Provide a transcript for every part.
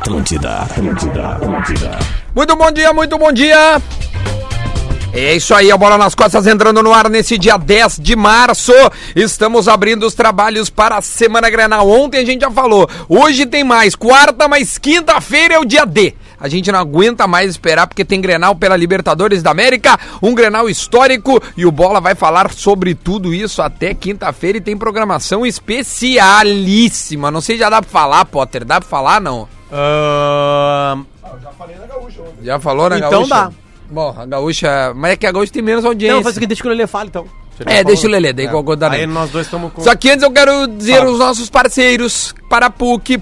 Atlântida. Muito bom dia, muito bom dia. É isso aí, a Bola nas Costas entrando no ar nesse dia 10 de março. Estamos abrindo os trabalhos para a Semana Grenal. Ontem a gente já falou, hoje tem mais, quarta, mas quinta-feira é o dia D. A gente não aguenta mais esperar porque tem Grenal pela Libertadores da América, um Grenal histórico e o Bola vai falar sobre tudo isso até quinta-feira e tem programação especialíssima. Não sei se já dá pra falar, Potter, dá pra falar, não? Já falei na Gaúcha ontem. Já falou na Então Gaúcha? dá. Bom, a Gaúcha... Mas é que a Gaúcha tem menos audiência. Não, faz o seguinte, deixa que o Lelê fale, então. Deixa o Lelê, daí qualquer coisa. Aí nós dois estamos com... Só que antes eu quero dizer os nossos parceiros para a PUC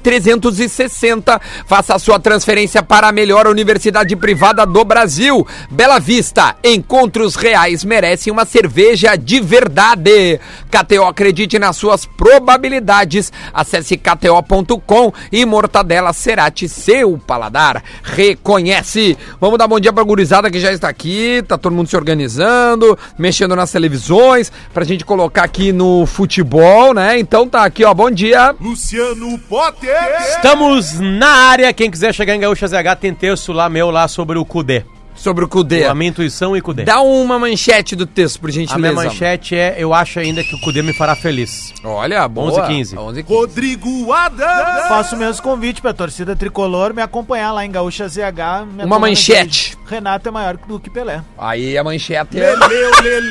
360. Faça a sua transferência para a melhor universidade privada do Brasil. Bela Vista, encontros reais merecem uma cerveja de verdade. KTO, acredite nas suas probabilidades. Acesse kto.com e Mortadela Cerati, seu paladar reconhece. Vamos dar bom dia para a gurizada que já está aqui. Tá todo mundo se organizando, mexendo nas televisões, pra gente colocar aqui no futebol, né? Então tá aqui, ó, bom dia. Luciano Potter. Estamos na área, quem quiser chegar em Gaúcha ZH tem texto lá meu lá sobre o Cudê. Sobre o Cudê. A minha intuição e Cudê. Dá uma manchete do texto, por gentileza. A minha manchete é, eu acho ainda que o Cudê me fará feliz. Olha, boa. 11h15. 11h15. Rodrigo Adams. Faço o mesmo convite pra torcida tricolor me acompanhar lá em Gaúcha ZH. Uma manchete. Renato é maior do que Pelé. Aí a manchete é... Lele.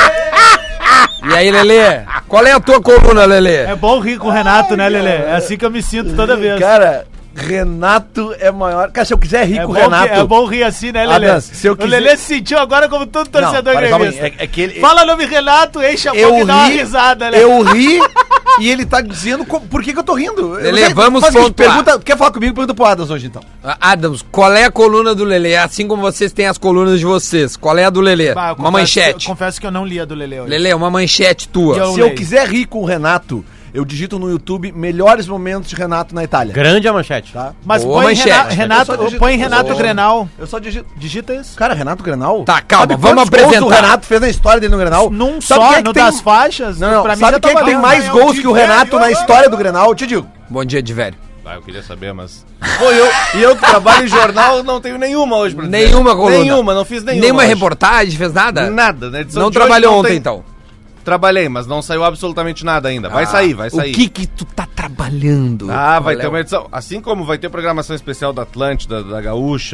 E aí, Lelê? Qual é a tua coluna, Lelê? É bom rir com o Renato, né, Lelê? É assim que eu me sinto toda vez. Cara, Renato é maior. Cara, se eu quiser rir com o Renato... É bom rir assim, né, Lelê? Adams, se eu quiser... O Lelê se sentiu agora como todo torcedor gremista. É que ele... Fala nome Renato, enche a boca e dá uma risada, né? Eu ri e ele tá dizendo por que eu tô rindo. Lelê, vamos pontuar. Quer falar comigo? Pergunta pro Adams hoje, então. Adams, qual é a coluna do Lelê? Assim como vocês têm as colunas de vocês. Qual é a do Lelê? Uma manchete. Eu confesso que eu não li a do Lelê hoje. Lelê, uma manchete tua. Se eu quiser rir com o Renato, eu digito no YouTube melhores momentos de Renato na Itália. Grande a manchete. Tá? Mas Boa põe manchete. põe Renato Grenal. Eu só digito. Digita isso. Cara, Renato Grenal? Tá, calma, Sabe vamos quantos gols apresentar. o Renato fez na história dele no Grenal? Num Sabe só, quem é que no tem... das faixas, Não, pra mim sabe já quem é que tem valendo. mais gols que o Renato na história do Grenal? Te digo. Bom dia, de velho. Eu queria saber, mas... Pô, eu que trabalho em jornal não tenho nenhuma hoje pra dizer. Nenhuma coluna. Nenhuma, não fiz nenhuma. Nenhuma hoje. reportagem, fez nada? Nada, né? Não trabalhou ontem, então? Trabalhei, mas não saiu absolutamente nada ainda. Vai sair. O que tu tá trabalhando? Vai ter uma edição. Assim como vai ter programação especial da Atlântida, da Gaúcha...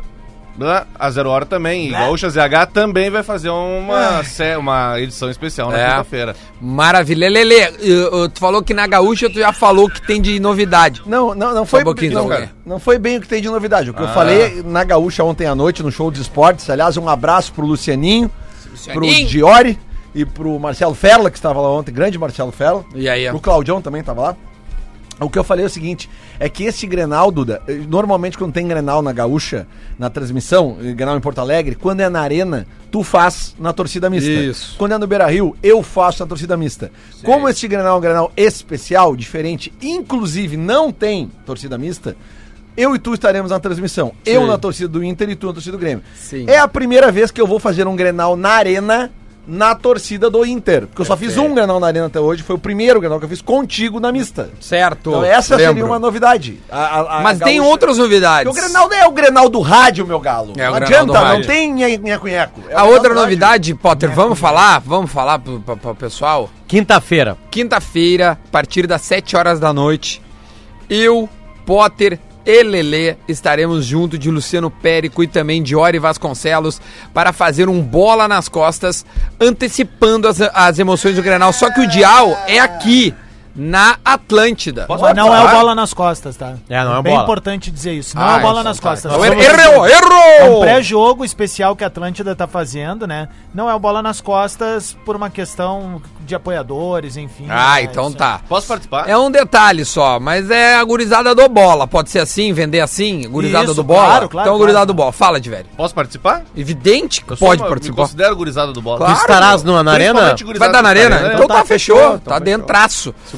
A 0 Hora também. E Gaúcha ZH também vai fazer uma edição especial na quinta-feira. Maravilha. Lelê, tu falou que na Gaúcha tu já falou que tem de novidade. Não foi, não foi bem o que tem de novidade. O que eu falei na Gaúcha ontem à noite, no show de esportes. Aliás, um abraço pro Lucianinho, pro Diori e pro Marcelo Ferla, que estava lá ontem. Grande Marcelo Ferla. E aí, o Claudião também estava lá. O que eu falei é o seguinte, é que esse Grenal, Duda, normalmente quando tem Grenal na Gaúcha, na transmissão, Grenal em Porto Alegre, quando é na Arena, tu faz na torcida mista. Isso. Quando é no Beira-Rio, eu faço na torcida mista. Sim. Como esse Grenal é um Grenal especial, diferente, inclusive não tem torcida mista, eu e tu estaremos na transmissão. Sim. Eu na torcida do Inter e tu na torcida do Grêmio. Sim. É a primeira vez que eu vou fazer um Grenal na Arena, na torcida do Inter. Porque eu só fiz um Grenal na Arena até hoje, foi o primeiro Grenal que eu fiz contigo na mista. Certo. Então essa seria uma novidade. Mas tem outras novidades. Porque o Grenal não é o Grenal do rádio, meu galo. É não o adianta, não tem nheco-nheco. A outra novidade, Potter, vamos falar pro pessoal? Quinta-feira, a partir das 7 horas da noite, eu, Potter e Lelê estaremos junto de Luciano Périco e também de Ori Vasconcelos para fazer um Bola nas Costas, antecipando as emoções do Grenal. Só que o Dial é aqui, na Atlântida. Mas não é o Bola nas Costas, tá? Não é bem bola. importante dizer isso. Não é o Bola nas Costas. Errou! É um pré-jogo especial que a Atlântida tá fazendo, né? Não é o Bola nas Costas por uma questão de apoiadores, enfim. Então tá. Posso participar? É um detalhe só, mas é a gurizada do Bola. Pode ser assim, vender assim? Gurizada Isso, do Bola? claro, então, gurizada do Bola. Fala, de velho. Posso participar? Evidente que pode participar. Eu considero gurizada do Bola. Claro. Tu estarás na arena? Principalmente gurizada Vai dar na do arena? Arena. Então tá, fechou. Tá fechou. dentraço. Se o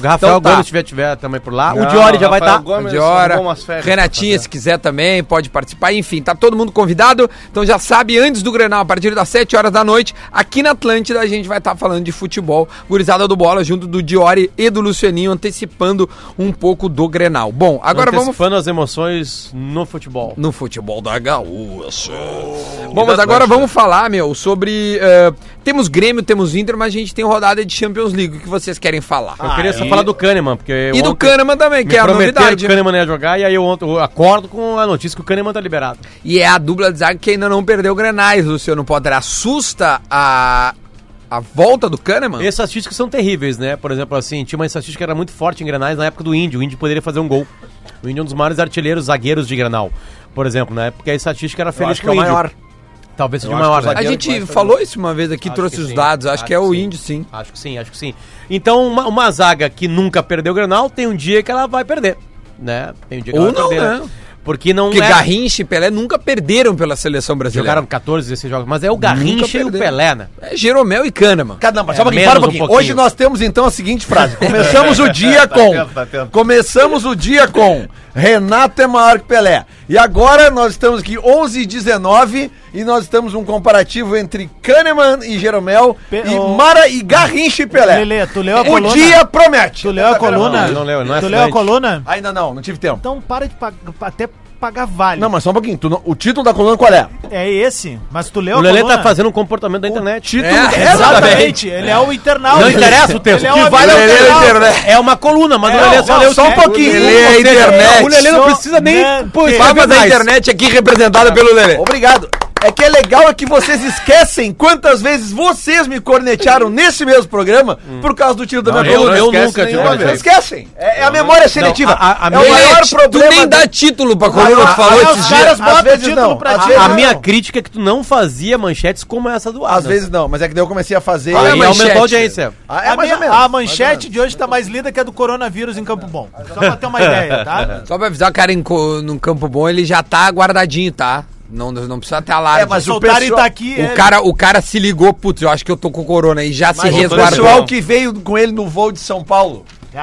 Rafael Então tá. Gomes tiver também por lá. O Diori já vai estar. Diora, Renatinha, se quiser também, pode participar. Enfim, tá todo mundo convidado. Então já sabe, antes do Grenal, a partir das 7 horas da noite, aqui na Atlântida, a gente vai estar falando de futebol. Gurizada do Bola, junto do Diori e do Lucianinho, antecipando um pouco do Grenal. Bom, agora vamos... Antecipando as emoções no futebol. No futebol da Gaúcha. Bom, mas agora vamos falar, sobre... temos Grêmio, temos Inter, mas a gente tem rodada de Champions League. O que vocês querem falar? Eu queria só falar do Kahneman, porque... E do Kahneman também, que é a novidade. Que o Kahneman ia jogar, e aí eu acordo com a notícia que o Kahneman tá liberado. E é a dupla de zaga que ainda não perdeu Grenais, Luciano Potter. Assusta a volta do Kahneman? Essas estatísticas são terríveis, né? Por exemplo, assim, tinha uma estatística que era muito forte em Grenais na época do Índio. O Índio poderia fazer um gol. O Índio é um dos maiores artilheiros, zagueiros de Grenal. Por exemplo, na época a estatística era feliz com o Índio. Maior. Talvez seja o maior, né? A gente falou isso uma vez aqui, trouxe os dados. Acho que é o Índio, sim. Acho que sim. Então, uma zaga que nunca perdeu o Grenal, tem um dia que ela vai perder, né? Tem um dia que ela vai perder, né? Porque Garrincha e Pelé nunca perderam pela seleção brasileira. Jogaram 14, 16 jogos, mas é o Garrincha e o Pelé, né? É Jeromel e Kahneman. Só para um pouquinho. Hoje nós temos então a seguinte frase. Começamos o dia com Renato é maior que Pelé. E agora nós estamos aqui 11h19 e nós estamos um comparativo entre Kahneman e Jeromel e Garrincha e Pelé. Lelê, tu leu a coluna? O dia promete. Tu leu a coluna? Não leu, não é Tu leu a coluna? Ainda não tive tempo. Então para de até pagar vale. Não, mas só um pouquinho. O título da coluna qual é? É esse, mas tu leu a coluna? O Lelê tá fazendo um comportamento da internet. Exatamente, ele é o internauta. Não interessa o texto. Ele é o internet. É uma coluna, mas o Lelê só leu só um pouquinho. Ele é a internet. O Lelê não precisa nem... Fama da internet aqui representada pelo Lelê. Obrigado. É que é legal que vocês esquecem quantas vezes vocês me cornetearam nesse mesmo programa por causa do tiro da minha coluna. Eu nunca tive uma vez. Esquecem. É a memória seletiva. É o maior problema. Tu nem dá título pra coluna que falou esses dias. Os caras botam título pra ti. A minha crítica é que tu não fazia manchetes como essa do Adams. Às vezes não, mas é que daí eu comecei a fazer. Aí aumentou a audiência. A manchete de hoje tá mais lida que a do coronavírus em Campo Bom. Só pra ter uma ideia, tá? Só pra avisar, cara, no Campo Bom ele já tá guardadinho, tá? Não precisa ter alarme. Mas o pessoal tá aqui. O cara se ligou, putz, eu acho que eu tô com corona e já se resguardou. O pessoal que veio com ele no voo de São Paulo.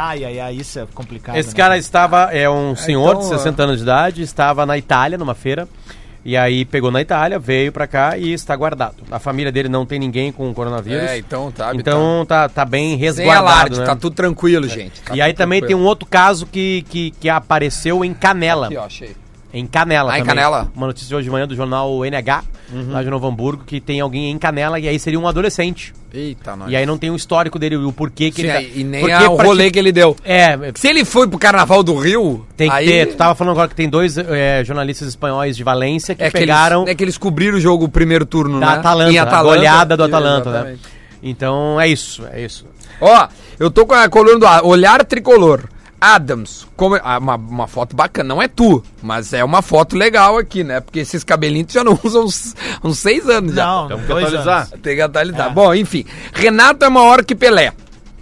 Isso é complicado. Esse cara é um senhor de 60 anos de idade, estava na Itália, numa feira, e aí pegou na Itália, veio pra cá e está guardado. A família dele não tem ninguém com coronavírus. Então tá bem resguardado. Sem alarde, né? Tá tudo tranquilo, gente. E aí também tem um outro caso que apareceu em Canela. Aqui, ó, achei. Em Canela também. Em Canela? Uma notícia de hoje de manhã do jornal NH, lá de Novo Hamburgo, que tem alguém em Canela e aí seria um adolescente. Eita, nós. E aí não tem o histórico dele, o porquê que ele e nem o rolê que ele deu. Se ele foi pro Carnaval do Rio... Tem que ter. Tu tava falando agora que tem dois jornalistas espanhóis de Valência que pegaram... Que eles cobriram o jogo, o primeiro turno, da né? Atalanta, a goleada do Atalanta, né? Então é isso. Ó, eu tô com a coluna do Olhar Tricolor. Adams, uma foto bacana, não é tu, mas é uma foto legal aqui, né? Porque esses cabelinhos tu já não usam uns 6 anos já. Não, tem que atualizar. Tem que atualizar. Bom, enfim, Renato é maior que Pelé.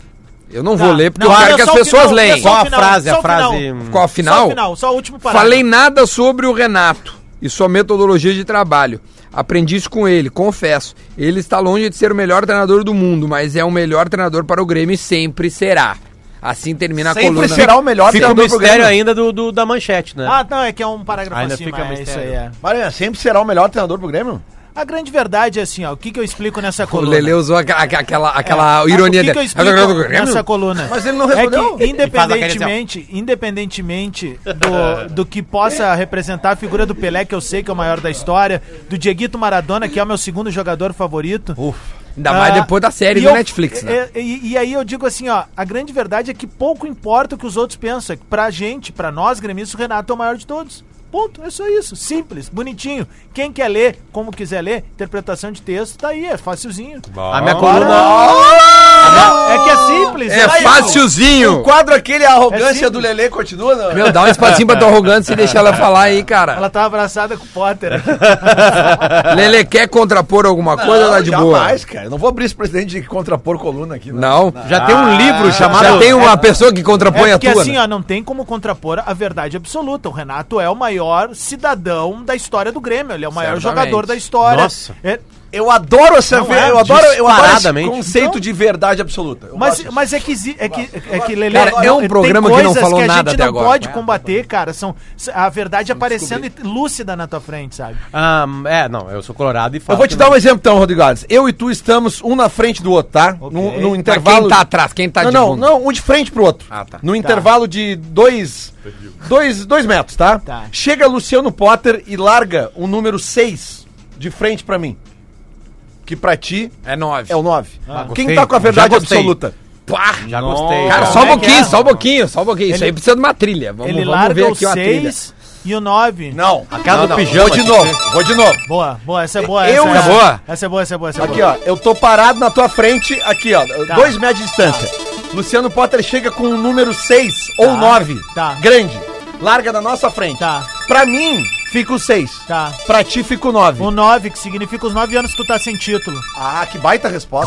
Eu não vou ler porque eu quero que as pessoas leem. Só a frase. Qual a final? Só o último parágrafo. Falei nada sobre o Renato e sua metodologia de trabalho. Aprendi isso com ele, confesso. Ele está longe de ser o melhor treinador do mundo, mas é o melhor treinador para o Grêmio e sempre será. Assim termina a coluna. Sempre será o melhor treinador do Grêmio. Fica o mistério ainda da manchete, né? Não, é que é um parágrafo ainda acima, fica mistério. Isso aí é. Mas sempre será o melhor treinador pro Grêmio? A grande verdade é assim, ó, o que eu explico nessa coluna? O Lelê usou aquela ironia dele. O que eu explico nessa coluna? Mas ele não respondeu. É que independentemente do que possa representar a figura do Pelé, que eu sei que é o maior da história, do Dieguito Maradona, que é o meu segundo jogador favorito. Ainda mais depois da série do Netflix, né? E aí eu digo assim, ó, a grande verdade é que pouco importa o que os outros pensam. Pra gente, pra nós, gremistas, o Renato é o maior de todos. Ponto, é só isso, simples, bonitinho. Quem quer ler, como quiser ler, interpretação de texto, tá aí, é facilzinho. A minha coluna... É que é simples. É facilzinho. O quadro aquele, a arrogância do Lelê continua, não? Meu, dá um espacinho pra tua arrogância e deixa ela falar aí, cara. Ela tá abraçada com o Potter. Lelê, quer contrapor alguma coisa ou tá de boa? Jamais, cara. Eu não vou abrir esse presidente de contrapor coluna aqui. Não. Já tem um livro chamado... Já tem uma pessoa que contrapõe a tua. Porque assim, ó, não tem como contrapor a verdade absoluta. O Renato é o maior cidadão da história do Grêmio. Ele é o maior jogador da história. Nossa. Eu adoro essa. Eu adoro esse disparadamente. conceito de verdade absoluta. Eu gosto disso. Mas é que Lelê, Cara, é um programa tem que não coisas falou que a nada gente até não agora. pode combater, cara. São a verdade aparecendo lúcida na tua frente, sabe? Não, eu sou colorado e Eu falo. vou te dar um exemplo então, Rodrigo Alves. Eu e tu estamos um na frente do outro, tá? Ok. No Mas intervalo. quem tá atrás? Quem tá de Não, fundo? não, um de frente pro outro. Ah, tá. No intervalo de 2 metros, tá? Tá. Chega Luciano Potter e larga o número 6 de frente pra mim. Que pra ti É 9. é o 9. Quem gostei. tá com a verdade Já gostei. absoluta? Pá! Já gostei. Cara, já. só um Como é que pouquinho, é? só um pouquinho, só um pouquinho. Isso Ele- aí precisa de uma trilha. Vamos Ele ver larga o aqui uma trilha. 6 e o 9. Não. A casa do Não, pijama. Vou de novo, vou de novo. Boa, essa é boa. Eu- essa é boa? Essa é boa, essa é boa, essa é Aqui, boa. ó, eu tô parado na tua frente, aqui, ó, Tá. 2 metros de distância. Luciano Potter chega com o número 6 ou 9, Tá. grande, larga na nossa frente. Tá. Pra mim, fica o 6. Tá. Pra ti, fica o 9. O 9, que significa os 9 anos que tu tá sem título. Ah, que baita resposta.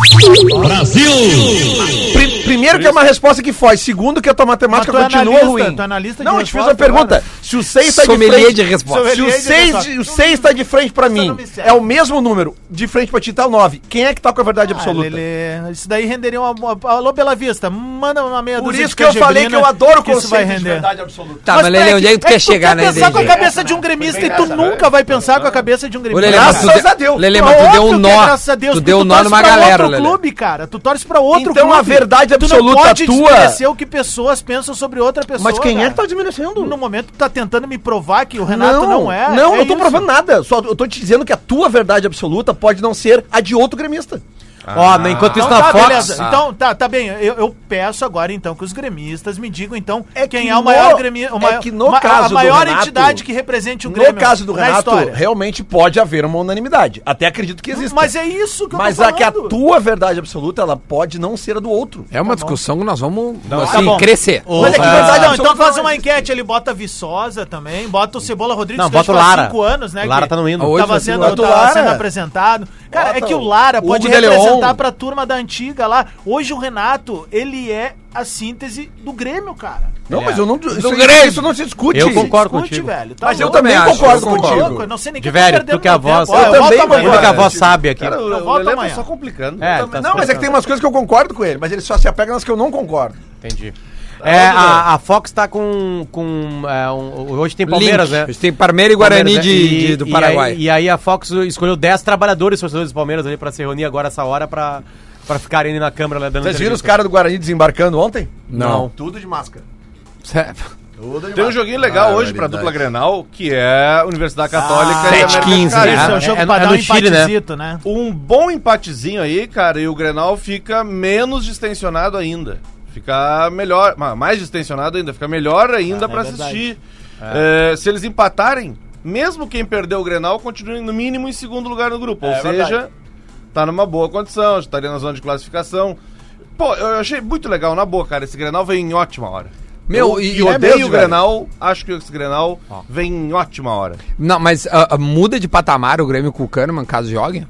Primeiro que é uma resposta que foge. Segundo que a tua matemática Mas tu é continua analista, ruim. tu é analista de Não, eu te fiz resposta uma pergunta. agora. Se o 6 tá de Sommelier frente... de resposta. Se o Sommelier de 6 resposta. o 6 tá de frente pra mim, não me serve. é o mesmo número. De frente pra ti tá o 9. Quem é que tá com a verdade absoluta? Lelê, isso daí renderia uma... Alô, Bela Vista, manda uma meia Por dúzia isso de que eu falei que eu adoro o que isso vai conceito de render. verdade absoluta. Tá, mas Lelê, onde é que tu quer chegar, né, pensar com a DG? cabeça de um gremista e tu nunca vai pensar com a cabeça de um Ô, gremista. Lelê, mas tu Graças deu- a Deus. Lelê, mas tu deu um Óbvio que nó. é graças a Deus, Tu porque deu um nó torce numa pra galera, outro Lelê. clube, cara. Tu torce pra outro Então, clube. a verdade Tu absoluta não pode tua- desmerecer o que pessoas pensam sobre outra pessoa. Mas quem é cara. que tá desmerecendo? No momento tu tá tentando me provar que o Renato não é. Não, é eu tô isso. provando nada. Só eu tô te dizendo que a tua verdade absoluta pode não ser a de outro gremista. Ó, enquanto isso Então na tá, Fox. beleza. Então, tá bem. Eu peço agora, então, que os gremistas me digam, então, É quem que é o no- maior gremista. é que no caso a do maior Renato, entidade que represente o Grêmio. No caso do na Renato, história. realmente pode haver uma unanimidade. Até acredito que exista. Mas é isso que eu Mas tô a que a falando. tua verdade absoluta, ela pode não ser a do outro. É uma discussão que nós vamos Tá assim, bom. crescer. Mas é que Ah, verdade, não, absoluta então faz não uma existe. enquete, ele bota a Viçosa também, bota o Cebola Rodrigues, Não, que acho bota o que faz Lara. 5 anos, né? O Lara que tá no hino. Hoje Tava vai sendo, bota o tava Lara. sendo apresentado. Cara, Bota é que o Lara o pode Hugo de Leon. representar pra turma da antiga lá. Hoje o Renato, ele é a síntese do Grêmio, cara. Não, mas eu não. Grêmio. Isso não se discute. Eu concordo Discute, contigo. velho. Tá Mas eu louco. também acho, concordo eu contigo. concordo. Eu não sei nem De quem tá velho, perdendo tu que é a meu voz. tempo. Ó, Eu também volto concordo. amanhã. Ainda que a voz sabe aqui. Cara, Eu o volto Lelê tá amanhã. só complicando. É, Não, tá mas é que tem umas coisas que eu concordo com ele, mas ele só se apega nas que eu não concordo. Entendi. A Fox tá com hoje tem Palmeiras, Link. né? Hoje tem Palmeiras e Guarani Palmeiras, né? do Paraguai. E aí a Fox escolheu 10 trabalhadores torcedores do Palmeiras ali pra se reunir agora essa hora pra ficarem ali na câmera lá dando Vocês viram os entrevista. caras do Guarani desembarcando ontem? Não. Tudo de máscara. Tem um joguinho legal hoje pra dupla Grenal, que é a Universidade Católica e 7-15, América Isso, Caribe. é o jogo É pra dar no um Chile, né? empatezito, né? Um bom empatezinho aí, cara, e o Grenal fica menos distensionado ainda. Fica melhor, mais distensionado ainda, fica melhor ainda pra verdade. assistir. Se eles empatarem, mesmo quem perdeu o Grenal continue no mínimo em segundo lugar no grupo. Ou seja, tá numa boa condição, já estaria na zona de classificação. Pô, eu achei muito legal, na boa, cara. Esse Grenal vem em ótima hora. Meu, e e odeio mesmo, o Grenal, acho que esse Grenal vem em ótima hora. Não, mas muda de patamar o Grêmio com o Kahneman, caso jogue?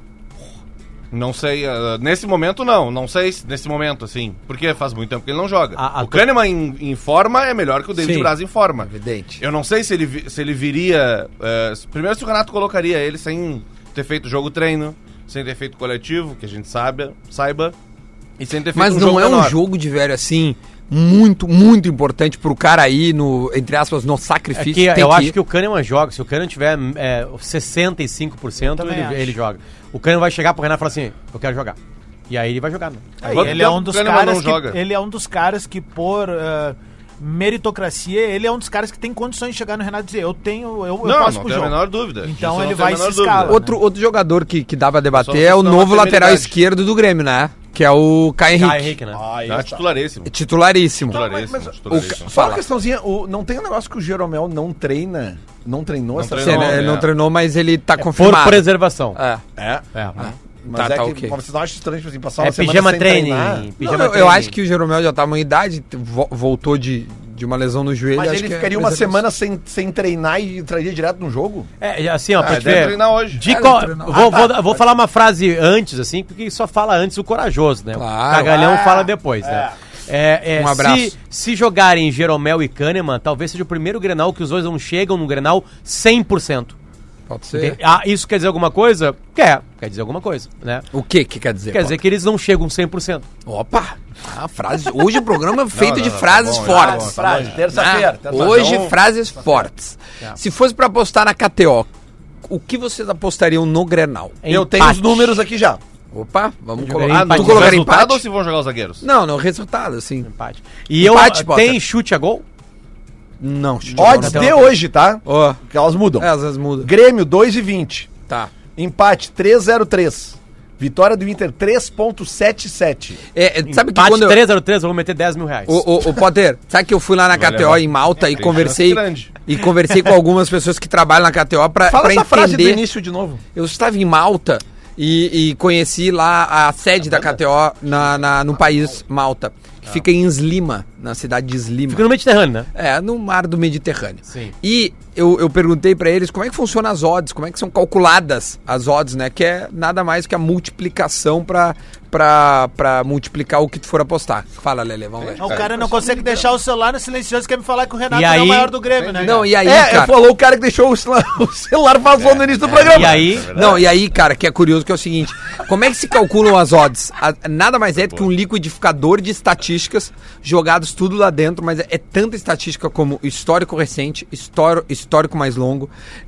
Não sei, nesse momento não sei se nesse momento, assim, porque faz muito tempo que ele não joga. O Kahneman em forma é melhor que o David Sim, Braz em forma. evidente. Eu não sei se ele viria, primeiro se o Renato colocaria ele sem ter feito jogo treino, sem ter feito coletivo, que a gente saiba, e sem ter feito Mas um não jogo é um menor. jogo de velho assim, muito, muito importante pro cara aí, no, entre aspas, no sacrifício. É que tem eu que acho ir. que o Kahneman joga. Se o Kahneman tiver 65%, também acho. ele joga. O Kahneman vai chegar pro Renato e falar assim: eu quero jogar. E aí ele vai jogar, né? Quanto Ele é tempo um dos o Kahneman caras não joga? que ele é um dos caras que por meritocracia, ele é um dos caras que tem condições de chegar no Renato e dizer, eu posso Não pro tem a jogo. menor dúvida. Então Disso ele não tem vai a menor se escala. dúvida. Outro jogador que dá pra debater Só é o questão novo da lateral temeridade. esquerdo do Grêmio, né? Que é o Caio Caio Henrique. Henrique, né? Tá titularíssimo. Titularíssimo. Titularíssimo. titularíssimo. Só uma questãozinha, não tem um negócio que o Jeromel não treina, não treinou essa treinou, Ele semana? não treinou, mas ele tá Por confirmado. preservação. É. É. Mas Tá, é tá, que ok. vocês não acham estranho, tipo assim, passar É uma semana pijama sem training. treinar? Pijama Não, eu training. acho que o Jeromel já tá em idade, voltou de uma lesão no joelho. Mas acho ele que ficaria é uma preservação. semana sem treinar e entraria direto no jogo? Assim, ó, pra te deve ver. treinar hoje. Vou falar uma frase antes, assim, porque só fala antes o corajoso, né? Claro. O cagalhão fala depois, né? Um abraço. Se jogarem Jeromel e Kahneman, talvez seja o primeiro Grenal que os dois não chegam no Grenal 100%. Pode ser. Isso quer dizer alguma coisa? Quer dizer alguma coisa, né? O que quer dizer? Quer dizer que eles não chegam 100%. Opa! Frase. Hoje o programa é feito de frases bom, fortes. Frase, terça-feira. Hoje, frases fortes. Se fosse pra apostar na KTO, o que vocês apostariam no Grenal? Eu tenho os números aqui já. Opa, vamos jogarei colocar. empate. Tu colocaria resultado empate? ou se vão jogar os zagueiros? Não, resultado, assim. Empate. E Empate, Potter. tem chute a gol? Não, Odds de hoje, tá? Ó. Porque elas mudam. Às vezes muda. Grêmio 2,20. Tá. Empate 3,03. Vitória do Inter 3,77. Sabe que Empate quando 3-0-3, eu vou meter 10 mil reais. o Potter, sabe que eu fui lá na KTO em Malta e conversei com algumas pessoas que trabalham na KTO pra Fala essa frase do entender. início de novo. Eu estava em Malta e conheci lá a sede da KTO no país Malta, que fica em Slima, na cidade de Slima. Fica no Mediterrâneo, né? No mar do Mediterrâneo. Sim. E eu perguntei pra eles como é que funcionam as odds, como é que são calculadas as odds, né? Que é nada mais que a multiplicação pra multiplicar o que tu for apostar. Fala, Lelê, vamos ver. O cara não consegue deixar o celular no silencioso, quer me falar que o Renato E é o aí- maior do Grêmio, né? Não, e aí, Cara, falou o cara que deixou o celular vazou no início do programa. E aí, Não, e aí, cara, que é curioso que é o seguinte, como é que se calculam as odds? Nada mais é do que um liquidificador de estatísticas jogados tudo lá dentro, mas é tanta estatística como histórico recente, histórico mais longo,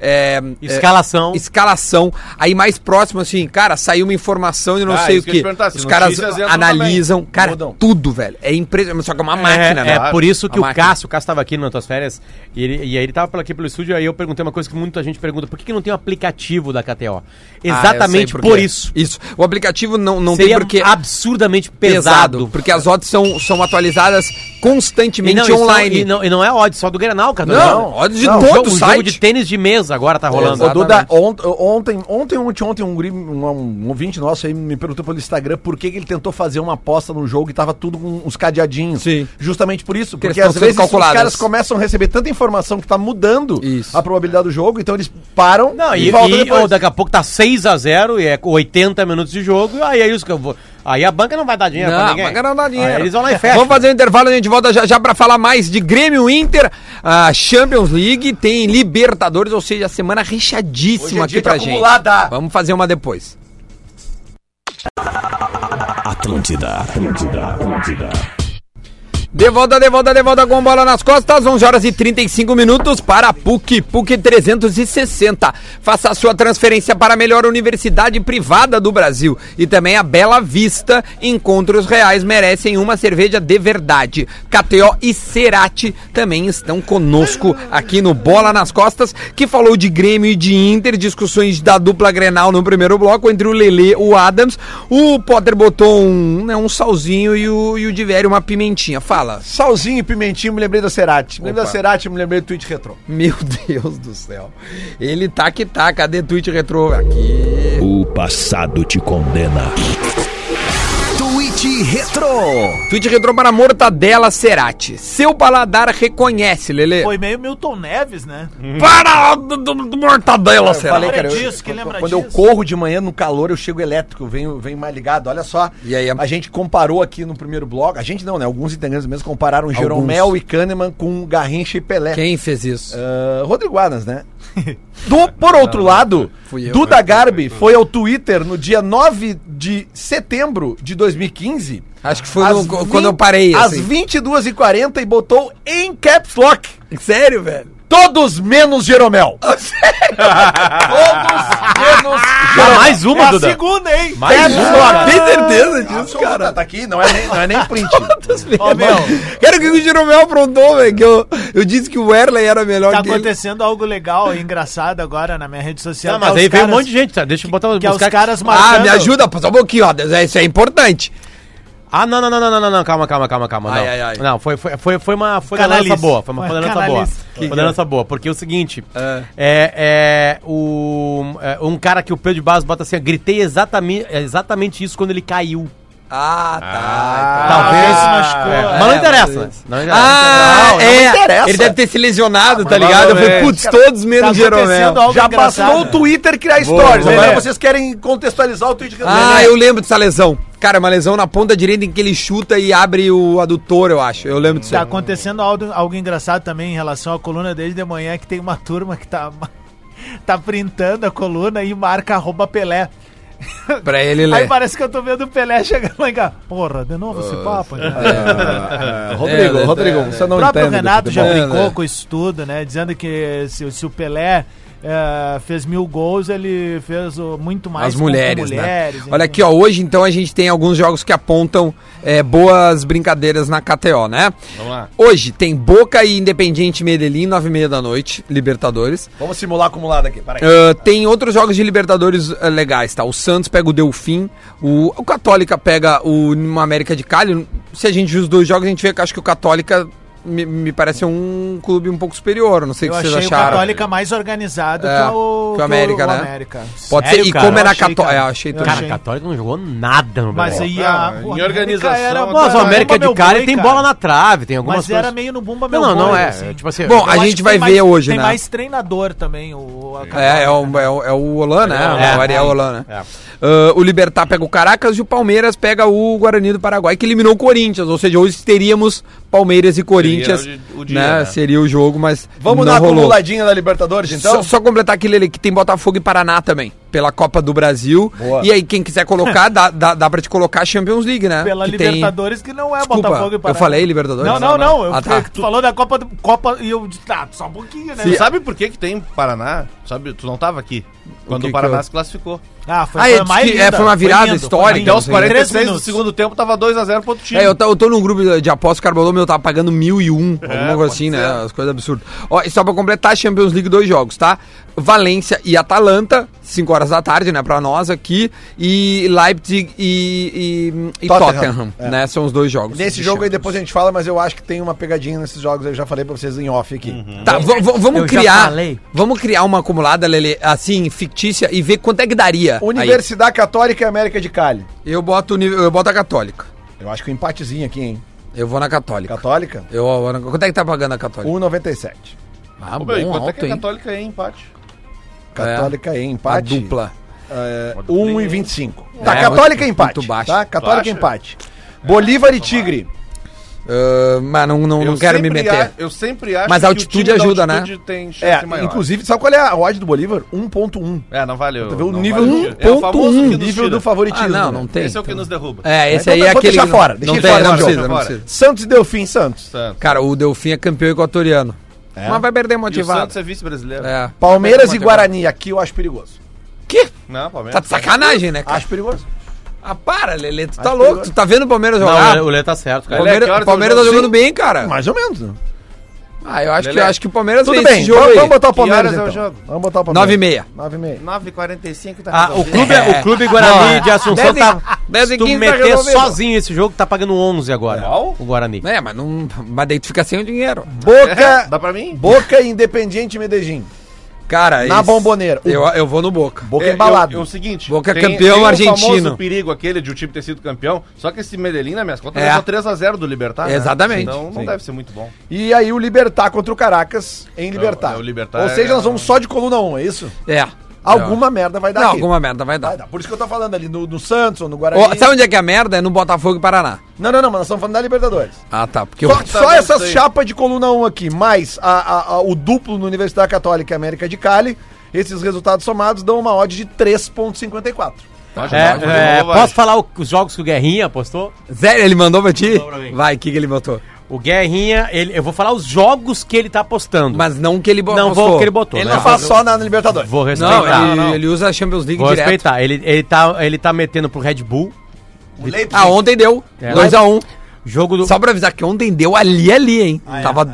escalação, aí mais próximo assim, cara, saiu uma informação e não sei o isso que eu ia que, te perguntar, se os caras notícias entram analisam, cara, Mudam. tudo, velho, é impressionante, só que é uma máquina, né? É por isso que A o máquina. Cássio tava aqui nas tuas férias, e aí ele tava aqui pelo estúdio, aí eu perguntei uma coisa que muita gente pergunta, por que não tem um aplicativo da KTO? Exatamente eu sei por quê. isso. Isso, o aplicativo não Seria tem porque absurdamente pesado. porque as odds são atualizadas constantemente E online. e não é odds só do Grenal, cara. Não, odds de Não, todo o Um site. jogo de tênis de mesa agora tá rolando. Exato. Ô, Duda, ontem um ouvinte nosso aí me perguntou pelo Instagram por que ele tentou fazer uma aposta no jogo e tava tudo com uns cadeadinhos. Sim. Justamente por isso. Porque Porque eles às estão vezes sendo calculadas. os caras começam a receber tanta informação que tá mudando Isso. a probabilidade do jogo, então eles param Não, e voltam depois. ou daqui a pouco tá 6-0 e é 80 minutos de jogo, aí é isso que eu vou. Aí a banca não vai dar dinheiro pra Não, ninguém. mas não dá dinheiro. Aí eles vão lá e fecham. Vamos fazer um intervalo, a gente volta já pra falar mais de Grêmio Inter, a Champions League, tem Libertadores, ou seja, a semana Hoje rechadíssima é aqui dia pra de gente. acumulada. Vamos fazer uma depois. Atlântida. De volta com bola nas costas, 11 horas e 35 minutos para a PUC 360. Faça a sua transferência para a melhor universidade privada do Brasil. E também a Bela Vista, encontros reais merecem uma cerveja de verdade. KTO e Cerati também estão conosco aqui no Bola nas Costas, que falou de Grêmio e de Inter, discussões da dupla Grenal no primeiro bloco, entre o Lelê e o Adams. O Potter botou um salzinho e o Divério uma pimentinha. Fala. Salzinho e pimentinho, me lembrei da Cerati. Me lembrei da Cerati, me lembrei do tweet retrô. Meu Deus do céu. Ele tá que tá. Cadê tweet retrô? Aqui. O passado te condena. Tweet Retro. Tweet retrô para Mortadela Cerati. Seu paladar reconhece, Lelê. Foi meio Milton Neves, né? Para do Mortadela Cerati. Falei, cara, Lembra disso, quem lembra quando eu disso? corro de manhã no calor, eu chego elétrico, eu venho mais ligado. Olha só, E aí, a gente comparou aqui no primeiro bloco, a gente não, né? Alguns integrantes mesmo compararam Jeromel e Kahneman com Garrincha e Pelé. Quem fez isso? Rodrigo Adams, né? Por outro lado, Fui eu. Duda Garbi foi ao Twitter no dia 9 de setembro de 2015. Acho que foi às quando eu parei, Às assim. 22h40 e botou em caps lock. Sério, velho? Todos menos Jeromel. Todos menos Jeromel. Mais uma, É a Duda. segunda, hein? Mais Caps uma. lock. Tem certeza disso, Absoluta, cara? tá aqui, não é nem print. Ó, meu, Cara, o que o Jeromel aprontou, velho? Que eu disse que o Werley era melhor tá que ele. acontecendo algo legal e engraçado agora na minha rede social. Não, que é mas aí os veio um caras- monte de gente, tá? Deixa eu botar os Que é os caras. caras marcando... Ah, me ajuda, só um pouquinho, ó. Isso é importante. Ah, não, calma. Ai. Não, foi uma Canalice. liderança boa. Foi uma Foi liderança boa. canalice. Foi uma liderança boa, porque é o seguinte, É. um cara que o Pedro de Barros bota assim, ó, gritei exatamente isso quando ele caiu. Talvez se machucou. Mas não interessa, né? Não interessa. Ah, não interessa. Ele deve ter se lesionado, tá ligado? Eu falei, putz, todos Tá menos Jeromel. acontecendo algo Já engraçado. passou o Twitter criar stories. Lelê. Agora vocês querem contextualizar o tweet. Ah, eu lembro dessa lesão. Cara, uma lesão na ponta direita em que ele chuta e abre o adutor, eu acho. Eu lembro disso Tá aí. acontecendo algo engraçado também em relação à coluna desde de manhã, que tem uma turma que tá tá printando a coluna e marca @Pelé. Pra ele ler. Aí parece que eu tô vendo o Pelé chegando lá em casa. Porra, de novo esse papo. Rodrigo, você não O próprio entende. Renato já futebol. brincou com isso tudo, né? Dizendo que se o Pelé fez 1000 gols, ele fez muito mais As mulheres, com né? enfim. Olha aqui, ó, hoje então a gente tem alguns jogos que apontam boas brincadeiras na KTO, né? Vamos lá. Hoje tem Boca e Independiente Medellín, 9h30 da noite, Libertadores. Vamos simular acumulado aqui, para aí. Tem outros jogos de Libertadores legais, tá? O Santos pega o Delfim, o Católica pega o América de Cali. Se a gente viu os dois jogos, a gente vê que acho que o Católica me parece um clube um pouco superior. Não sei o que vocês achei acharam. o Católica mais organizado É, que o América, né? América. Pode Sério, ser, e cara? como Eu era achei, Católica. cara. Achei Eu também. Cara, a Católica não jogou nada no Mas Brasil. aí Em organização, Mas o América de Cali Cali tem bola na trave, tem algumas Mas coisas. era meio no Bumba Meu Não, não Boi, é. assim. Tipo assim, Bom, Eu a acho gente que vai tem mais- ver hoje, tem né? mais treinador também, É o Olan, né? É, o Ariel Olan, né? É. O Libertad pega o Caracas e o Palmeiras pega o Guarani do Paraguai, que eliminou o Corinthians. Ou seja, hoje teríamos Palmeiras e Corinthians. o dia, né? né? Seria o jogo, mas Vamos não na rolou. acumuladinha da Libertadores, então? Só completar aqui, Lele, que tem Botafogo e Paraná também, pela Copa do Brasil. Boa. E aí, quem quiser colocar, dá pra te colocar a Champions League, né? Pela Que Libertadores, que não é Desculpa, Botafogo e Paraná. eu falei Libertadores? Não. Ah, tá. Tu falou da Copa e eu disse, só um pouquinho, né? Tu sabe por que tem Paraná? Sabe, tu não tava aqui. Quando que o Paraná que eu- se classificou. Foi Ah, foi uma virada lindo, histórica, foi lindo. Até os Sim. 46 do minutos. segundo tempo tava 2-0 pro outro time. Eu tô num grupo de apostas, o cara falou, meu, tava pagando 1.001, alguma coisa assim, né? As coisas absurdas. Ó, e só pra completar, Champions League, 2 jogos, tá? Valência e Atalanta, 5 horas da tarde, né, pra nós aqui, e Leipzig e Tottenham, né? São os 2 jogos. Nesse de jogo aí Champions. depois a gente fala, mas eu acho que tem uma pegadinha nesses jogos aí, eu já falei pra vocês em off aqui. Tá, vamos Eu já criar. falei. Vamos criar uma acumulada, Lele, assim, fictícia, e ver quanto é que daria. aí. Universidade Católica e América de Cali. Eu boto a Católica. Eu acho que um empatezinho aqui, hein? Eu vou na Católica. Católica, Quanto é que tá pagando a Católica? 1,97. Ah, Ô, meu, e bom, quanto é alto, que a hein? Católica é em empate? Católica em A empate. dupla. 1,25. Tá, É, Católica muito empate. baixo. Tá? Católica Baixa? empate. Bolívar e Tigre. Mas não quero me meter. Eu sempre acho Mas a altitude o time da ajuda, né? altitude tem chance maior. Inclusive, sabe qual é a odd do Bolívar? 1,1. Não valeu. Tu vê o não nível vale. do É o famoso que nos nível tira. do favoritismo. Ah, né? não tem. Esse é o que nos derruba. Esse Então aí vou é aquele. deixar que fora, Não, deixa não fora tem, não esse precisa, jogo. não Fora. precisa. Santos e Delfim, Santos. Santos. Cara, o Delfim é campeão equatoriano. Mas vai perder E o motivado. Santos é vice-brasileiro. É. Palmeiras e Motivado. Guarani. Aqui eu acho perigoso. Que? Não, Palmeiras. Tá de sacanagem, né, cara? Acho perigoso. Ah, para, Lelê, tu tá Acho louco. perigoso. Tu tá vendo o Palmeiras Não, jogar? o Lê tá certo, cara. Lelê, que horas O Palmeiras é o tá jogo? jogando bem, cara. Mais ou menos. Né? Eu Lelê. acho que o Palmeiras Tudo vence bem, esse jogo vamos aí. botar o Palmeiras horas é o então. jogo? Vamos botar o Palmeiras. 9h30. 9h30. 9h45 tá Ah, o resolvido. Clube Guarani de Assunção Dez e- tá. dez e Se tu 15 tá meter resolvido. sozinho esse jogo, tá pagando 11 agora. Qual? O Guarani. Mas daí tu fica sem o dinheiro. Boca, Dá pra mim? Boca e Independiente Medellín. Cara, Na Bomboneira. Eu vou no Boca. Boca embalado. É o seguinte, Boca tem campeão o argentino. famoso perigo aquele de o time ter sido campeão, só que esse Medellín, nas minhas contas, É. levou 3-0 do Libertad. né? Exatamente. Então não Sim. deve ser muito bom. E aí o Libertad contra o Caracas em Libertad. o Libertad Ou seja, é nós vamos só de coluna 1, é isso? É. Alguma merda vai dar Não, aqui. alguma merda vai dar. Vai dar. Por isso que eu tô falando ali no Santos ou no Guarani. Ó, sabe onde é que é a merda? É no Botafogo e Paraná. Não, mas nós estamos falando da Libertadores. Ah, tá. Porque Só vendo essas isso aí. chapas de coluna 1 aqui, mais o duplo no Universidade Católica e América de Cali, esses resultados somados dão uma odd de 3,54. Posso falar os jogos que o Guerrinha postou? Sério, ele mandou pra ti? Mandou pra mim. Vai, o que ele botou? O Guerrinha, eu vou falar os jogos que ele tá postando. Mas não que ele botou. Não vou o que ele botou. Ele né? não faz só na Libertadores. Vou respeitar. Não, ele usa a Champions League Vou direto. respeitar. Ele tá metendo pro Red Bull. Ah, ontem deu. É. 2x1. Jogo do. Só pra avisar que ontem deu ali, hein? Tava.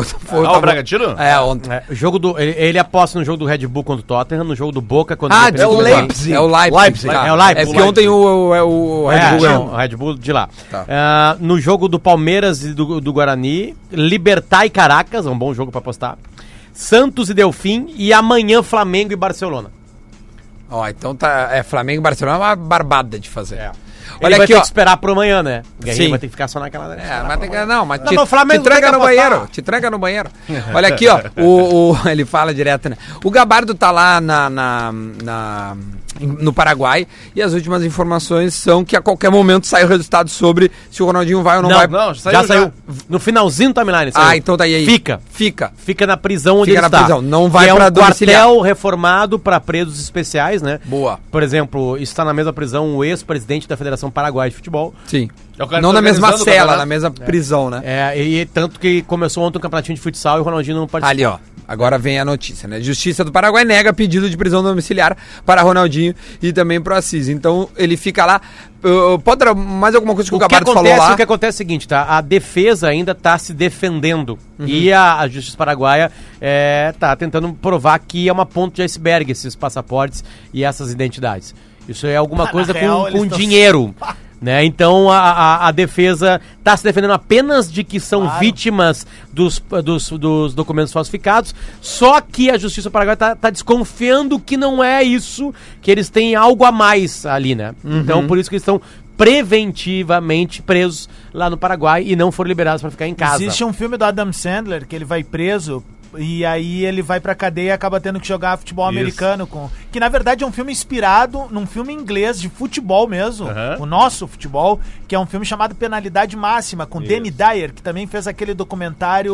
o Bragantino? É, ontem. Jogo do. Ele aposta no jogo do Red Bull contra o Tottenham, no jogo do Boca contra Ah, o é o desculpa. Leipzig. É o Leipzig. Leipzig. Tá. É o Leipzig. É porque ontem o Red Bull ganhou. o Red Bull de lá. Tá. No jogo do Palmeiras e do Guarani, Libertad e Caracas, é um bom jogo pra apostar. Santos e Delfim e amanhã Flamengo e Barcelona. Ó, então tá. Flamengo e Barcelona é uma barbada de fazer. Ele vai ter que esperar pro amanhã, né? O Guerrinha vai ter que ficar só naquela... Vai ter que... Não, mas o Flamengo te tranca no banheiro. Te tranca no banheiro. Olha aqui, ó. Ele fala direto, né? O Gabardo tá lá no Paraguai e as últimas informações são que a qualquer momento sai o resultado sobre se o Ronaldinho vai ou não vai. Não, já saiu. No finalzinho do timeline saiu. Então tá aí. Fica na prisão onde ele está. Prisão. Não vai pra quartel reformado para presos especiais, né? Boa. Por exemplo, está na mesma prisão o ex-presidente da Federação Paraguaia de Futebol. Sim. Não na mesma cela, na mesma prisão, né? E tanto que começou ontem um campeonatinho de futsal e o Ronaldinho não participou. Ali, ó. Agora vem a notícia, né? Justiça do Paraguai nega pedido de prisão domiciliar para Ronaldinho e também pro Assis. Então, ele fica lá. Pode dar mais alguma coisa que o Gabardo falou lá? O que acontece é o seguinte, tá? A defesa ainda tá se defendendo. E a Justiça Paraguaia tá tentando provar que é uma ponta de iceberg esses passaportes e essas identidades. Isso é alguma coisa com dinheiro. Né? Então a defesa está se defendendo apenas de que são vítimas dos documentos falsificados, só que a Justiça Paraguaia tá desconfiando que não é isso, que eles têm algo a mais ali, né? Então por isso que eles estão preventivamente presos lá no Paraguai e não foram liberados para ficar em casa. Existe um filme do Adam Sandler que ele vai preso e aí ele vai pra cadeia e acaba tendo que jogar futebol americano que na verdade é um filme inspirado num filme inglês de futebol mesmo, o nosso futebol, que é um filme chamado Penalidade Máxima, com Danny Dyer, que também fez aquele documentário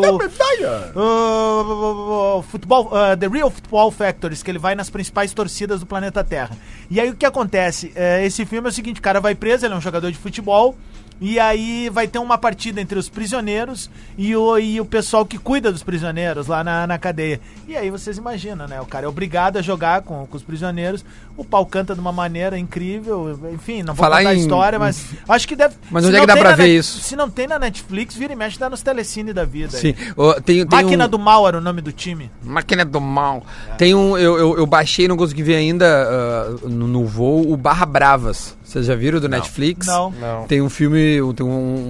The Real Football Factories, que ele vai nas principais torcidas do planeta Terra. E aí o que acontece? Esse filme é o seguinte, o cara vai preso, ele é um jogador de futebol, e aí vai ter uma partida entre os prisioneiros e o pessoal que cuida dos prisioneiros lá na cadeia. E aí vocês imaginam, né? O cara é obrigado a jogar com os prisioneiros. O pau canta de uma maneira incrível. Enfim, não vou contar a história, mas acho que deve... Mas onde é que dá pra ver isso? Se não tem na Netflix, vira e mexe, dá nos telecine da vida. Sim. Máquina do Mal era o nome do time. Máquina do Mal. Tem um... Eu baixei, não consegui ver ainda no voo, o Barra Bravas. Vocês já viram do Netflix? Não. Tem um filme, tem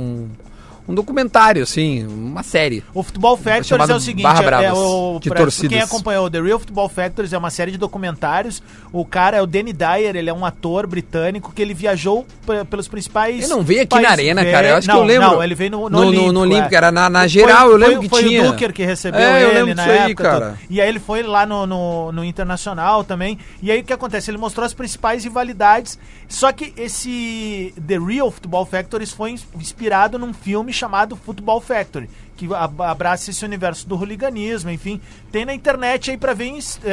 um documentário, assim, uma série. O Football Factories é o seguinte, de torcidas. Quem acompanhou o The Real Football Factories é uma série de documentários. O cara é o Danny Dyer, ele é um ator britânico que ele viajou pelos principais... Ele não veio aqui na arena, cara, eu acho que eu lembro. Não, ele veio no Olímpico. No Olímpico, era na geral, eu lembro que tinha. Foi o Duker que recebeu ele na época. Aí, cara. E aí ele foi lá no Internacional também. E aí o que acontece? Ele mostrou as principais rivalidades, só que esse The Real Football Factories foi inspirado num filme chamado Football Factory, que abraça esse universo do hooliganismo, enfim. Tem na internet aí pra ver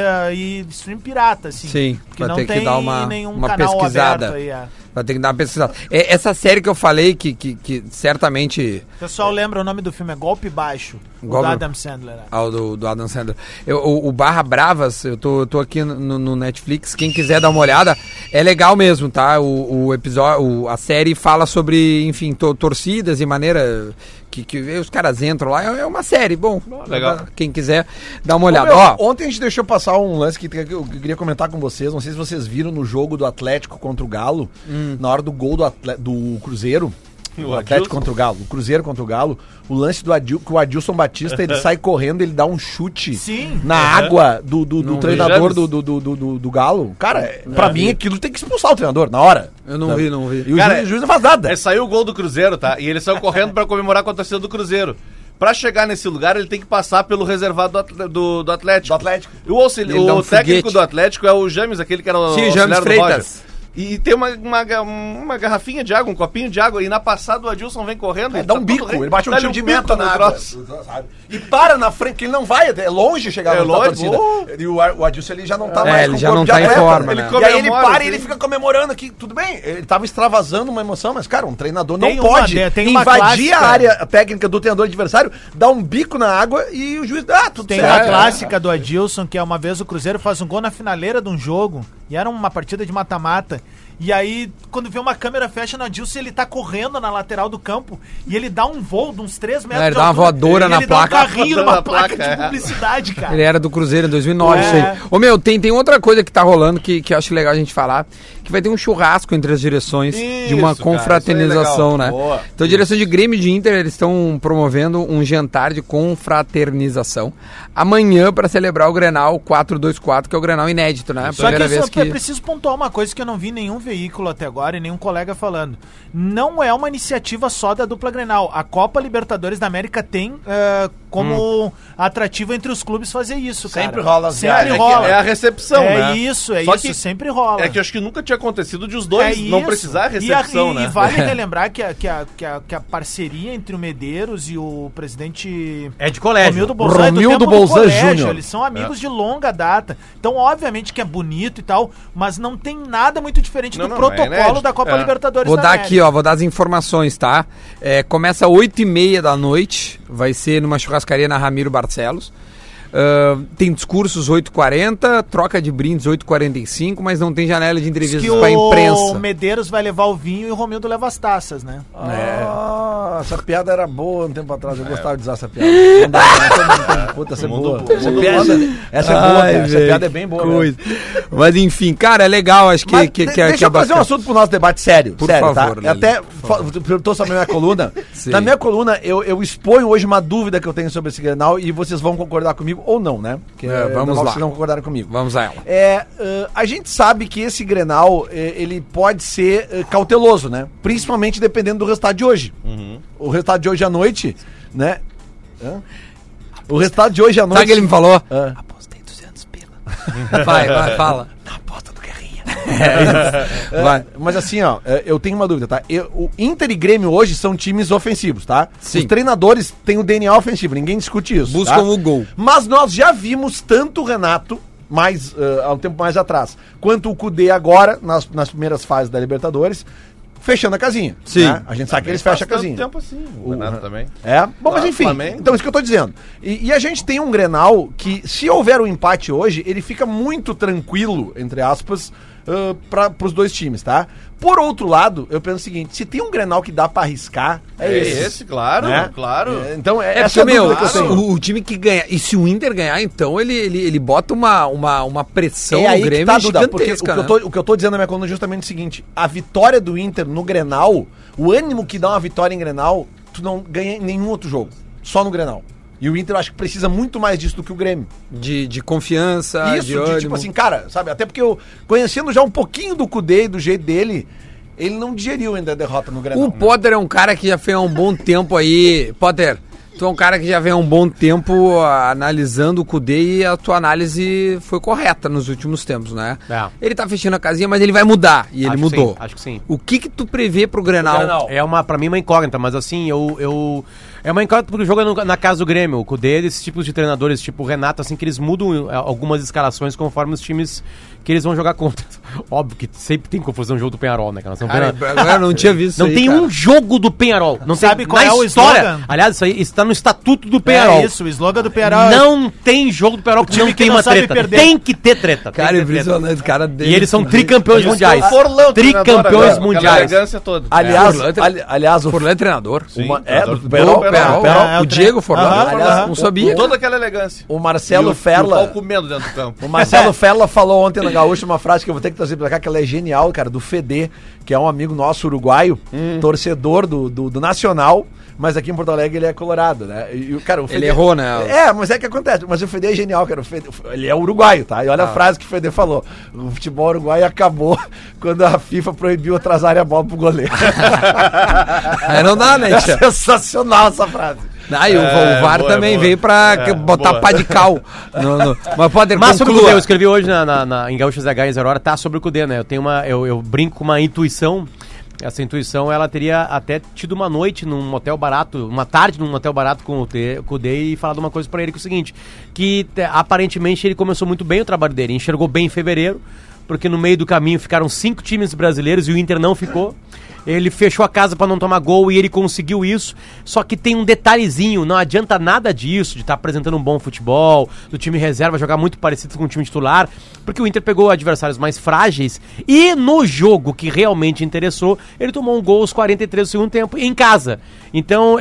e stream pirata, assim. Sim, que não tem dar nenhum uma canal pesquisada. aberto aí. Vai ter que dar uma pesquisada. Essa série que eu falei, que certamente... O pessoal lembra o nome do filme, é Golpe Baixo, do Adam Sandler. Do Adam Sandler. O Barra Bravas, eu tô aqui no Netflix, quem quiser dar uma olhada, é legal mesmo, tá? O episódio, a série fala sobre, enfim, torcidas e maneira... Que os caras entram lá, é uma série, bom, legal. Quem quiser dar uma olhada. Ontem a gente deixou passar um lance que eu queria comentar com vocês, não sei se vocês viram no jogo do Atlético contra o Galo, na hora do gol do Cruzeiro, o Atlético contra o Galo, o Cruzeiro contra o Galo, o lance que o Adilson Batista, ele sai correndo, ele dá um chute na água do treinador do Galo. Cara, pra mim aquilo tem que expulsar o treinador na hora. Eu não vi. E o juiz não faz nada. Saiu o gol do Cruzeiro, tá? E ele saiu correndo pra comemorar com a torcida do Cruzeiro. Pra chegar nesse lugar, ele tem que passar pelo reservado do Atlético. O técnico do Atlético é o James, aquele que era o James Freitas. E tem uma garrafinha de água, um copinho de água, e na passada o Adilson vem correndo. Dá um bico, ele bate um tiro de meta na água. E para na frente, que ele não vai, é longe chegar na torcida. E o Adilson ele já não tá mais ele já não tá em forma, né? E aí ele para e ele fica comemorando aqui, tudo bem, ele tava extravasando uma emoção, mas cara, um treinador não pode invadir a área técnica do treinador adversário, dar um bico na água e o juiz, tudo certo. Tem uma clássica do Adilson, que é uma vez o Cruzeiro faz um gol na finaleira de um jogo, e era uma partida de mata-mata. E aí, quando vê uma câmera fecha no Adilson, ele tá correndo na lateral do campo e ele dá um voo de uns 3 metros ele dá uma voadora na placa. Ele dá um carrinho numa placa de publicidade, cara. Ele era do Cruzeiro em 2009, isso aí. Tem outra coisa que tá rolando que eu acho legal a gente falar, que vai ter um churrasco entre as direções de uma confraternização, né? Boa. Então, a direção de Grêmio e de Inter, eles estão promovendo um jantar de confraternização amanhã para celebrar o Grenal 424, que é o Grenal inédito, né? Só que é preciso pontuar uma coisa que eu não vi nenhum veículo veículo até agora e nenhum colega falando. Não é uma iniciativa só da dupla Grenal. A Copa Libertadores da América tem como atrativo entre os clubes fazer isso, cara. Sempre rola. Sempre rola. É a recepção, né? Isso, Só que sempre rola. É que eu acho que nunca tinha acontecido de os dois não precisar recepção, né? E vale relembrar que a parceria entre o Medeiros e o presidente... É de colégio. Romildo Bolzan, Romildo Bolzan Júnior. Eles são amigos de longa data. Então, obviamente que é bonito e tal, mas não tem nada muito diferente do protocolo da Copa Libertadores Vou da dar América. aqui, ó, vou dar as informações, tá? Começa às 8h30 da noite, vai ser numa churrascaria na Ramiro Barcelos. Tem discursos 8h40, troca de brindes 8h45, mas não tem janela de entrevistas pra imprensa. O Medeiros vai levar o vinho e o Romildo leva as taças, né? Essa piada era boa um tempo atrás, eu gostava de usar essa piada. Não dá, puta, essa é boa. Essa é boa, cara. Essa piada é bem boa. Mas enfim, cara, é legal, acho que deixa eu fazer um assunto pro nosso debate sério. Por sério, favor, tá? Até perguntou sobre a minha coluna. Na minha coluna, eu exponho hoje uma dúvida que eu tenho sobre esse Grenal e vocês vão concordar comigo ou não, né? Porque vamos lá. Vocês não concordaram comigo. Vamos a ela. A gente sabe que esse Grenal, ele pode ser cauteloso, né? Principalmente dependendo do resultado de hoje. O resultado de hoje à noite, né? O resultado de hoje à noite... Sabe o que ele me falou? Apostei 200 pila. Vai, fala. Na aposta do Guerrinha. Vai. Mas assim, ó, eu tenho uma dúvida, tá? O Inter e Grêmio hoje são times ofensivos, tá? Sim. Os treinadores têm o DNA ofensivo, ninguém discute isso. Buscam o gol. Mas nós já vimos tanto o Renato, há um tempo mais atrás, quanto o Cudê agora, nas primeiras fases da Libertadores, fechando a casinha. Sim. Né? A gente sabe que eles fecham a casinha. Tempo assim, o Renato também. Bom, mas enfim, então isso que eu tô dizendo. E a gente tem um Grenal que, se houver um empate hoje, ele fica muito tranquilo, entre aspas, pros dois times, tá? Por outro lado, eu penso o seguinte, se tem um Grenal que dá pra arriscar, é esse, claro, né? Claro. Então, essa é a dúvida que eu tenho. O time que ganha, e se o Inter ganhar, então ele bota uma pressão no Grêmio tá, Duda, porque gigantesca, o que eu tô dizendo na minha coluna é justamente o seguinte, a vitória do Inter no Grenal, o ânimo que dá uma vitória em Grenal, tu não ganha em nenhum outro jogo, só no Grenal. E o Inter eu acho que precisa muito mais disso do que o Grêmio. De confiança, isso, de ânimo. tipo assim, cara, sabe? Até porque eu, conhecendo já um pouquinho do Cudê e do jeito dele, ele não digeriu ainda a derrota no Grenal. O Potter é um cara que já fez há um bom tempo aí. Potter, tu é um cara que já vem há um bom tempo analisando o Cudê e a tua análise foi correta nos últimos tempos, né? Ele tá fechando a casinha, mas ele vai mudar. E ele mudou. Acho que sim. O que tu prevê pro Grenal? Pra mim, uma incógnita, mas assim, é uma incógnita porque o jogo é na casa do Grêmio. O Cudê, esses tipos de treinadores, tipo o Renato, assim, que eles mudam algumas escalações conforme os times que eles vão jogar contra. Óbvio que sempre tem confusão no jogo do Penharol, né, cara? Agora não tinha visto isso. Não tem um jogo do Penharol. Não sabe tem, qual é o slogan? Aliás, isso aí está no estatuto do Penharol. É isso, o slogan do Penharol. Não tem jogo do Penharol que não tem uma treta. Perder. Tem que ter treta. Cara, impressionante, cara dele. E eles são tricampeões mundiais. Tricampeões mundiais. Aliás, o Forlan é treinador. do Penharol. O Diego Forlan. Aliás, não sabia. Toda aquela elegância. O Marcelo Ferla. Comendo dentro do campo. O Marcelo Ferla falou ontem na Gaúcha uma frase que eu vou ter que trazer pra cá, que ela é genial, cara, do Fedê, que é um amigo nosso uruguaio, torcedor do Nacional, mas aqui em Porto Alegre ele é colorado, né? E, cara, o Fedê, ele errou, né? Mas é que acontece. Mas o Fedê é genial, cara. Ele é uruguaio, tá? E olha a frase que o Fedê falou. O futebol uruguaio acabou quando a FIFA proibiu atrasar a bola pro goleiro. Aí não dá, né? É sensacional essa frase. E o VAR também veio pra botar pá de cal. Mas pode sobre o Cudê, eu escrevi hoje em Gaúcha ZH em 0 hora, tá sobre o Cudê, né? Eu brinco com uma intuição. Essa intuição, ela teria até tido uma noite num motel barato, uma tarde num motel barato com o Cudê e falado uma coisa pra ele, que é o seguinte, que aparentemente ele começou muito bem o trabalho dele, enxergou bem em fevereiro, porque no meio do caminho ficaram 5 times brasileiros e o Inter não ficou. Ele fechou a casa pra não tomar gol e ele conseguiu isso. Só que tem um detalhezinho, não adianta nada disso, de estar apresentando um bom futebol, do time reserva jogar muito parecido com o time titular, porque o Inter pegou adversários mais frágeis e no jogo que realmente interessou, ele tomou um gol aos 43 do segundo tempo em casa. Então,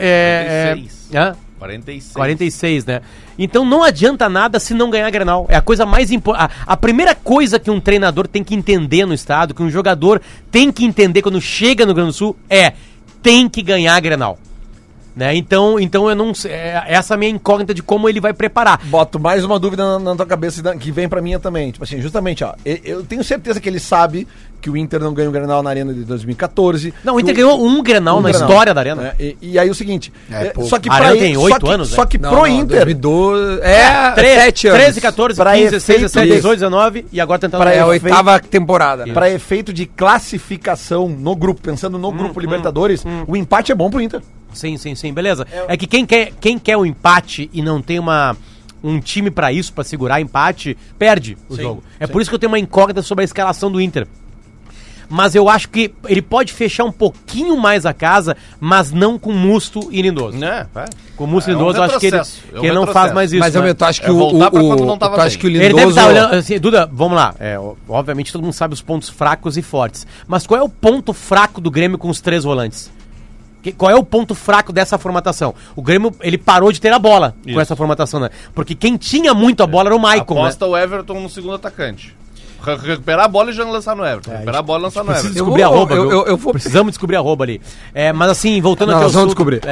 46, né? Então não adianta nada se não ganhar Grenal. É a coisa mais importante. A primeira coisa que um treinador tem que entender no estado, que um jogador tem que entender quando chega no Rio Grande do Sul, tem que ganhar Grenal. Né? Então eu não sei. Essa é a minha incógnita de como ele vai preparar. Boto mais uma dúvida na tua cabeça que vem pra mim também. Tipo assim, justamente, ó. Eu tenho certeza que ele sabe que o Inter não ganhou o Grenal na Arena de 2014. Não, o Inter ganhou um Grenal na história da Arena. E aí o seguinte. Só que a Arena tem 8 anos, Só que pro Inter. 2012, 7 anos. 13, 14, pra 15, 16, 17, 18, 19 e agora tentando... É a 8ª temporada. Pra efeito de classificação no grupo, pensando no grupo Libertadores, o empate é bom pro Inter. Sim, beleza. É que quem quer o empate e não tem um time pra isso, pra segurar empate, perde o jogo. Por isso que eu tenho uma incógnita sobre a escalação do Inter. Mas eu acho que ele pode fechar um pouquinho mais a casa, mas não com Musto e Lindoso. Com Musto e Lindoso, eu acho que ele não faz mais isso. Mas eu acho que acho que o Lindoso... Ele deve estar olhando... Assim, Duda, vamos lá. Obviamente todo mundo sabe os pontos fracos e fortes. Mas qual é o ponto fraco do Grêmio com os 3 volantes? Qual é o ponto fraco dessa formatação? O Grêmio, ele parou de ter a bola com essa formatação, né? Porque quem tinha muito a bola era o Maicon, Aposta o Everton no segundo atacante. Recuperar a bola e já lançar no Everton. Recuperar a bola e lançar no Everton. Descobrir Precisamos descobrir a rouba ali. Mas assim, voltando aqui ao assunto. Nós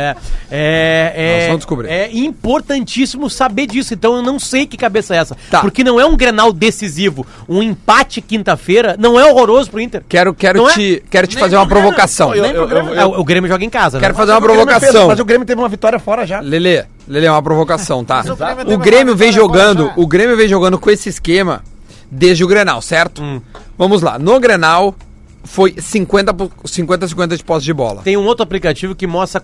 vamos descobrir. É importantíssimo saber disso. Então eu não sei que cabeça é essa. Porque não é um Grenal decisivo. Um empate quinta-feira não é horroroso pro Inter. Quero te fazer uma provocação. O Grêmio joga em casa. Quero fazer uma provocação. Mas o Grêmio teve uma vitória fora já. Lelê, é uma provocação, tá? O Grêmio vem jogando com esse esquema desde o Grenal, certo? Vamos lá. No Grenal, foi 50-50 de posse de bola. Tem um outro aplicativo que mostra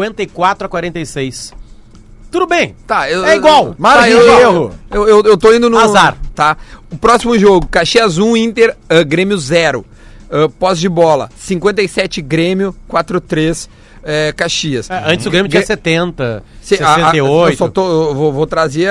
54-46. Tudo bem. É igual. Margem de erro. Eu tô indo no... Azar. Tá? O próximo jogo, Caxias 1, Inter, Grêmio 0. Posse de bola, 57 Grêmio, 4-3 Caxias. Antes o Grêmio tinha 70, 68. Eu vou trazer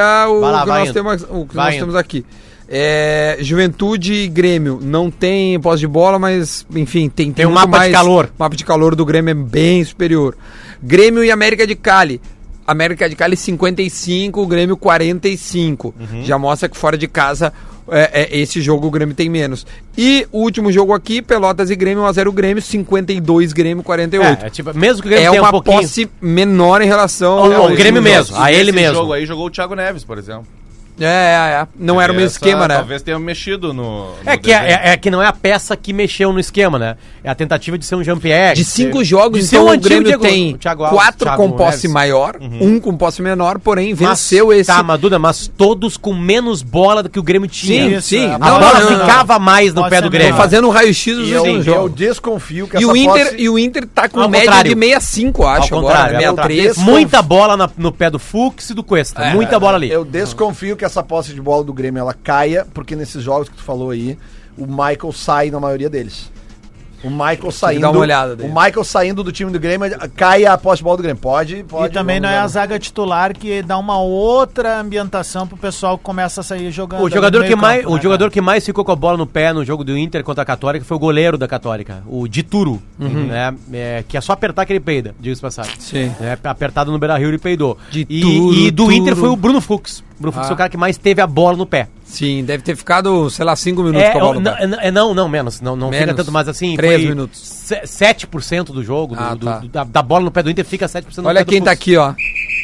o que nós temos aqui. Juventude e Grêmio não tem posse de bola, mas enfim, tem um mapa de calor. O mapa de calor do Grêmio é bem superior. Grêmio e América de Cali. América de Cali 55, o Grêmio 45. Já mostra que fora de casa esse jogo o Grêmio tem menos. E o último jogo aqui, Pelotas e Grêmio, 1x0 Grêmio, 52 Grêmio, 48. Mesmo que o Grêmio tenha uma posse menor em relação ao Grêmio mesmo, a ele mesmo. Jogo aí jogou o Thiago Neves, por exemplo. Não era o mesmo esquema, né? Talvez tenha mexido no que não é a peça que mexeu no esquema, né? É a tentativa de ser um Jean-Pierre. De 5 jogos, então o Grêmio tem 4 com posse maior, 1 com posse menor, porém venceu esse... Mas Duda, mas todos com menos bola do que o Grêmio tinha. Sim. A bola ficava mais no pé do Grêmio. Tô fazendo um raio-x dos últimos jogos. Eu desconfio que E o Inter tá com média de 65, acho, agora. 63. Muita bola no pé do Fux e do Cuesta. Muita bola ali. Eu desconfio que essa posse de bola do Grêmio ela caia, porque nesses jogos que tu falou aí, o Michael sai na maioria deles. O Michael saindo. Dá uma olhada dele. O Michael saindo do time do Grêmio, cai a posse de bola do Grêmio. Pode. E também não é a zaga titular que dá uma outra ambientação pro pessoal que começa a sair jogando. O jogador que mais ficou com a bola no pé no jogo do Inter contra a Católica foi o goleiro da Católica, o Dituro, né? Que é só apertar que ele peida, diga-se passagem. Sim. Apertado no Beira-Rio ele peidou. E do Inter foi o Bruno Fux. O Bruno Fux foi o cara que mais teve a bola no pé. Sim, deve ter ficado, 5 minutos com a bola no pé. Não, menos. Não fica tanto, mas assim... 3 minutos. 7% do jogo, da bola no pé do Inter fica 7% do Olha quem tá aqui, ó.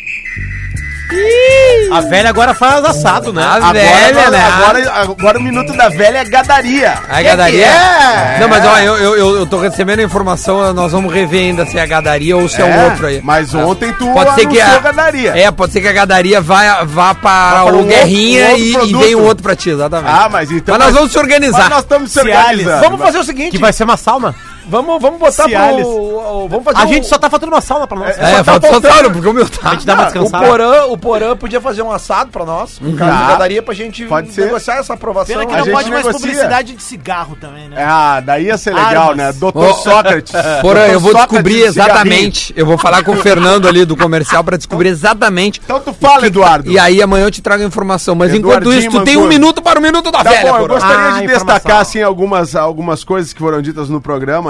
A velha agora faz assado, né? Agora o minuto da velha é gadaria. A gadaria? Não, mas ó, eu tô recebendo a informação, nós vamos rever ainda se é a gadaria ou se é um outro aí. Mas ontem tu pode ser que a gadaria. Pode ser que a gadaria vá para o Guerrinha e venha um outro pra ti, exatamente. Mas então... Mas nós vamos se organizar. Mas nós estamos se organizando. Vamos fazer o seguinte... Que vai ser uma sauna. Vamos botar vamos fazer a gente só tá fazendo uma sauna pra nós. Falta porque o meu tá. A gente dá uma descansada. O Porã podia fazer um assado pra nós. Daria pra gente negociar essa aprovação. Pena que não pode mais publicidade de cigarro também, né? Daí ia ser legal, né? Doutor Sócrates. Porã, eu vou descobrir exatamente. Eu vou falar com o Fernando ali do comercial pra descobrir exatamente. Então tu fala, Eduardo. E aí amanhã eu te trago a informação. Mas enquanto isso, tu tem 1 minuto para o Minuto da Velha. Eu gostaria de destacar, assim, algumas coisas que foram ditas no programa,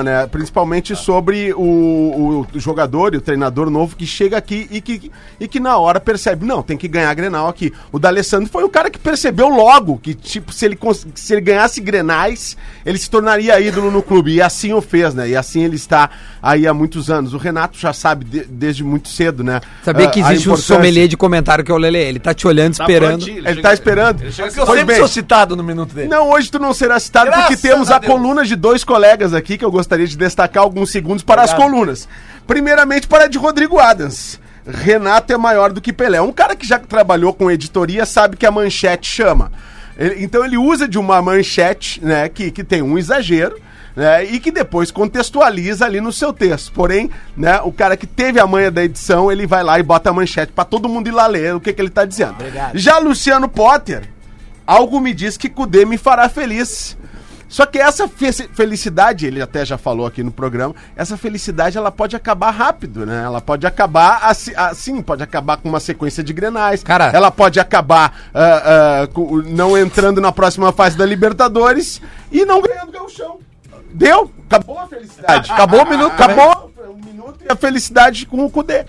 reclama, né? Principalmente sobre o jogador e o treinador novo que chega aqui e que na hora percebe, não, tem que ganhar a Grenal aqui. O D'Alessandro foi o cara que percebeu logo que, tipo, se ele ganhasse Grenais, ele se tornaria ídolo no clube. E assim o fez, né? E assim ele está aí há muitos anos. O Renato já sabe desde muito cedo, né? Sabia que existe um sommelier de comentário que é o Lelê. Ele tá te olhando, esperando. Ele tá esperando. Eu sempre sou citado no minuto dele. Não, hoje tu não será citado porque temos a coluna de 2 colegas aqui que eu gostaria de destacar alguns segundos para as colunas. Primeiramente para a de Rodrigo Adams. Renato é maior do que Pelé. Um cara que já trabalhou com editoria sabe que a manchete chama. Então ele usa de uma manchete, né, que tem um exagero, né, e que depois contextualiza ali no seu texto. Porém, né, o cara que teve a manha da edição, ele vai lá e bota a manchete para todo mundo ir lá ler o que ele tá dizendo. Obrigado. Já Luciano Potter, algo me diz que Kudê me fará feliz. Só que essa felicidade, ele até já falou aqui no programa, essa felicidade ela pode acabar rápido, né? Ela pode acabar assim, pode acabar com uma sequência de Grenais. Cara, ela pode acabar não entrando na próxima fase da Libertadores e não ganhando o Gauchão. Deu? Acabou a felicidade. Acabou o minuto, acabou o minuto e a felicidade com o Kudê.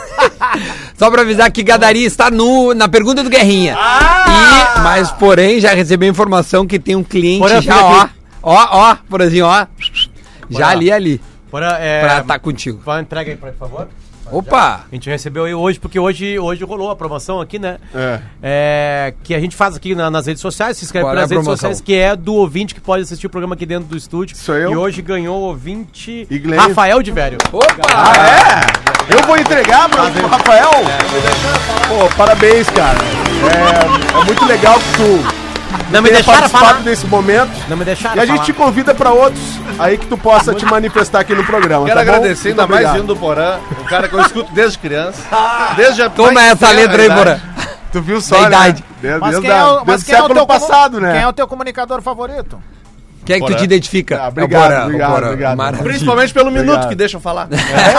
Só pra avisar que Gadari está na pergunta do Guerrinha. Mas, porém, já recebeu informação que tem um cliente Porém, já, porãzinho, já ali. Pra estar contigo. Vai, entrega aí, por favor. Opa! A gente recebeu aí hoje, porque hoje rolou a promoção aqui, né? Que a gente faz aqui nas redes sociais, se inscreve nas redes sociais, que é do ouvinte que pode assistir o programa aqui dentro do estúdio. Sou eu. E hoje ganhou o ouvinte Rafael de Vério. Opa! Eu vou entregar pro Rafael? Pô, parabéns, cara. É muito legal que tu não me deixaram falar desse momento. Não me deixaram E a gente te convida pra outros aí que tu possa te manifestar aqui no programa. Quero agradecer ainda mais obrigado. vindo do Porã, um cara que eu escuto desde criança. Toma essa letra aí, Porã. Tu viu só, da idade. Né? Mas Desde quem é o teu passado, né? Quem é o teu comunicador favorito? Quem é que tu te identifica? Obrigado. Maravilha. Principalmente pelo minuto que deixa eu falar.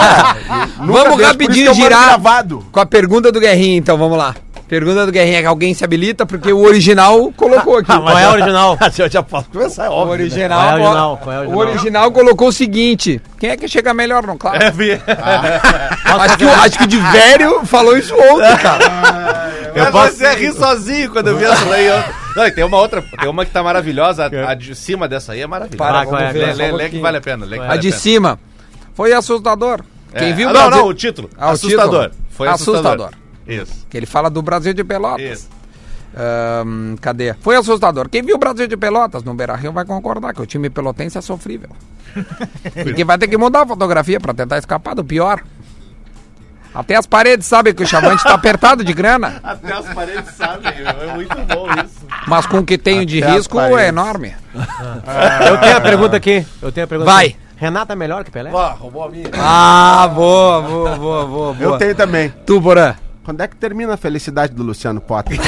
Vamos rapidinho girar gravado. com a pergunta do Guerrinha, então, vamos lá. Pergunta do Guerrinha, que alguém se habilita, porque o original colocou aqui. Qual é o original? Já posso começar, é óbvio. O original colocou o seguinte: quem é que chega melhor no claro? Acho que o de Vério falou isso ontem, cara. Eu posso rir sozinho quando eu vi essa daí. Não, e tem uma outra, tem uma que tá maravilhosa, a de cima dessa aí é maravilhosa. Lê que vale a pena. A de cima foi assustador. Quem viu o título. Assustador. Foi assustador. Isso. Que ele fala do Brasil de Pelotas. Isso. Cadê? Foi assustador. Quem viu o Brasil de Pelotas no Beira-Rio vai concordar que o time pelotense é sofrível. E que vai ter que mudar a fotografia pra tentar escapar do pior. Até as paredes sabem que o Chavante tá apertado de grana. Até as paredes sabem, é muito bom isso. Mas com o que tenho de risco é enorme. Eu tenho a pergunta aqui. Vai. Renata é melhor que Pelé? Roubou a minha. Boa. Eu tenho também. Tu, Porã. Quando é que termina a felicidade do Luciano Potter?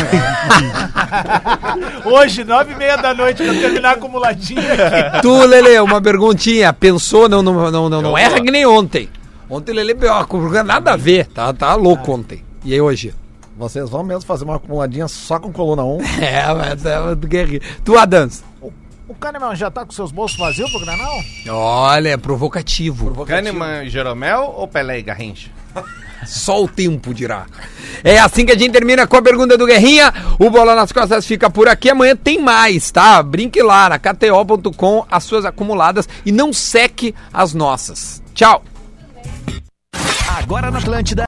Hoje, 9h30 da noite, pra terminar acumuladinho aqui. Tu, Lelê, uma perguntinha. Pensou, não erra que nem ontem. Ontem o Lelê, nada a ver. Tá louco ontem. E aí hoje? Vocês vão mesmo fazer uma acumuladinha só com coluna 1? Mas é do Guerrinho. Tu, Adams. O Kahneman já tá com seus bolsos vazios pro Granal? Olha, provocativo. Kahneman e Jeromel ou Pelé e Garrincha? Só o tempo dirá. É assim que a gente termina com a pergunta do Guerrinha. O Bola nas Costas fica por aqui. Amanhã tem mais, tá? Brinque lá na KTO.com as suas acumuladas e não seque as nossas. Tchau. Agora na Atlântida.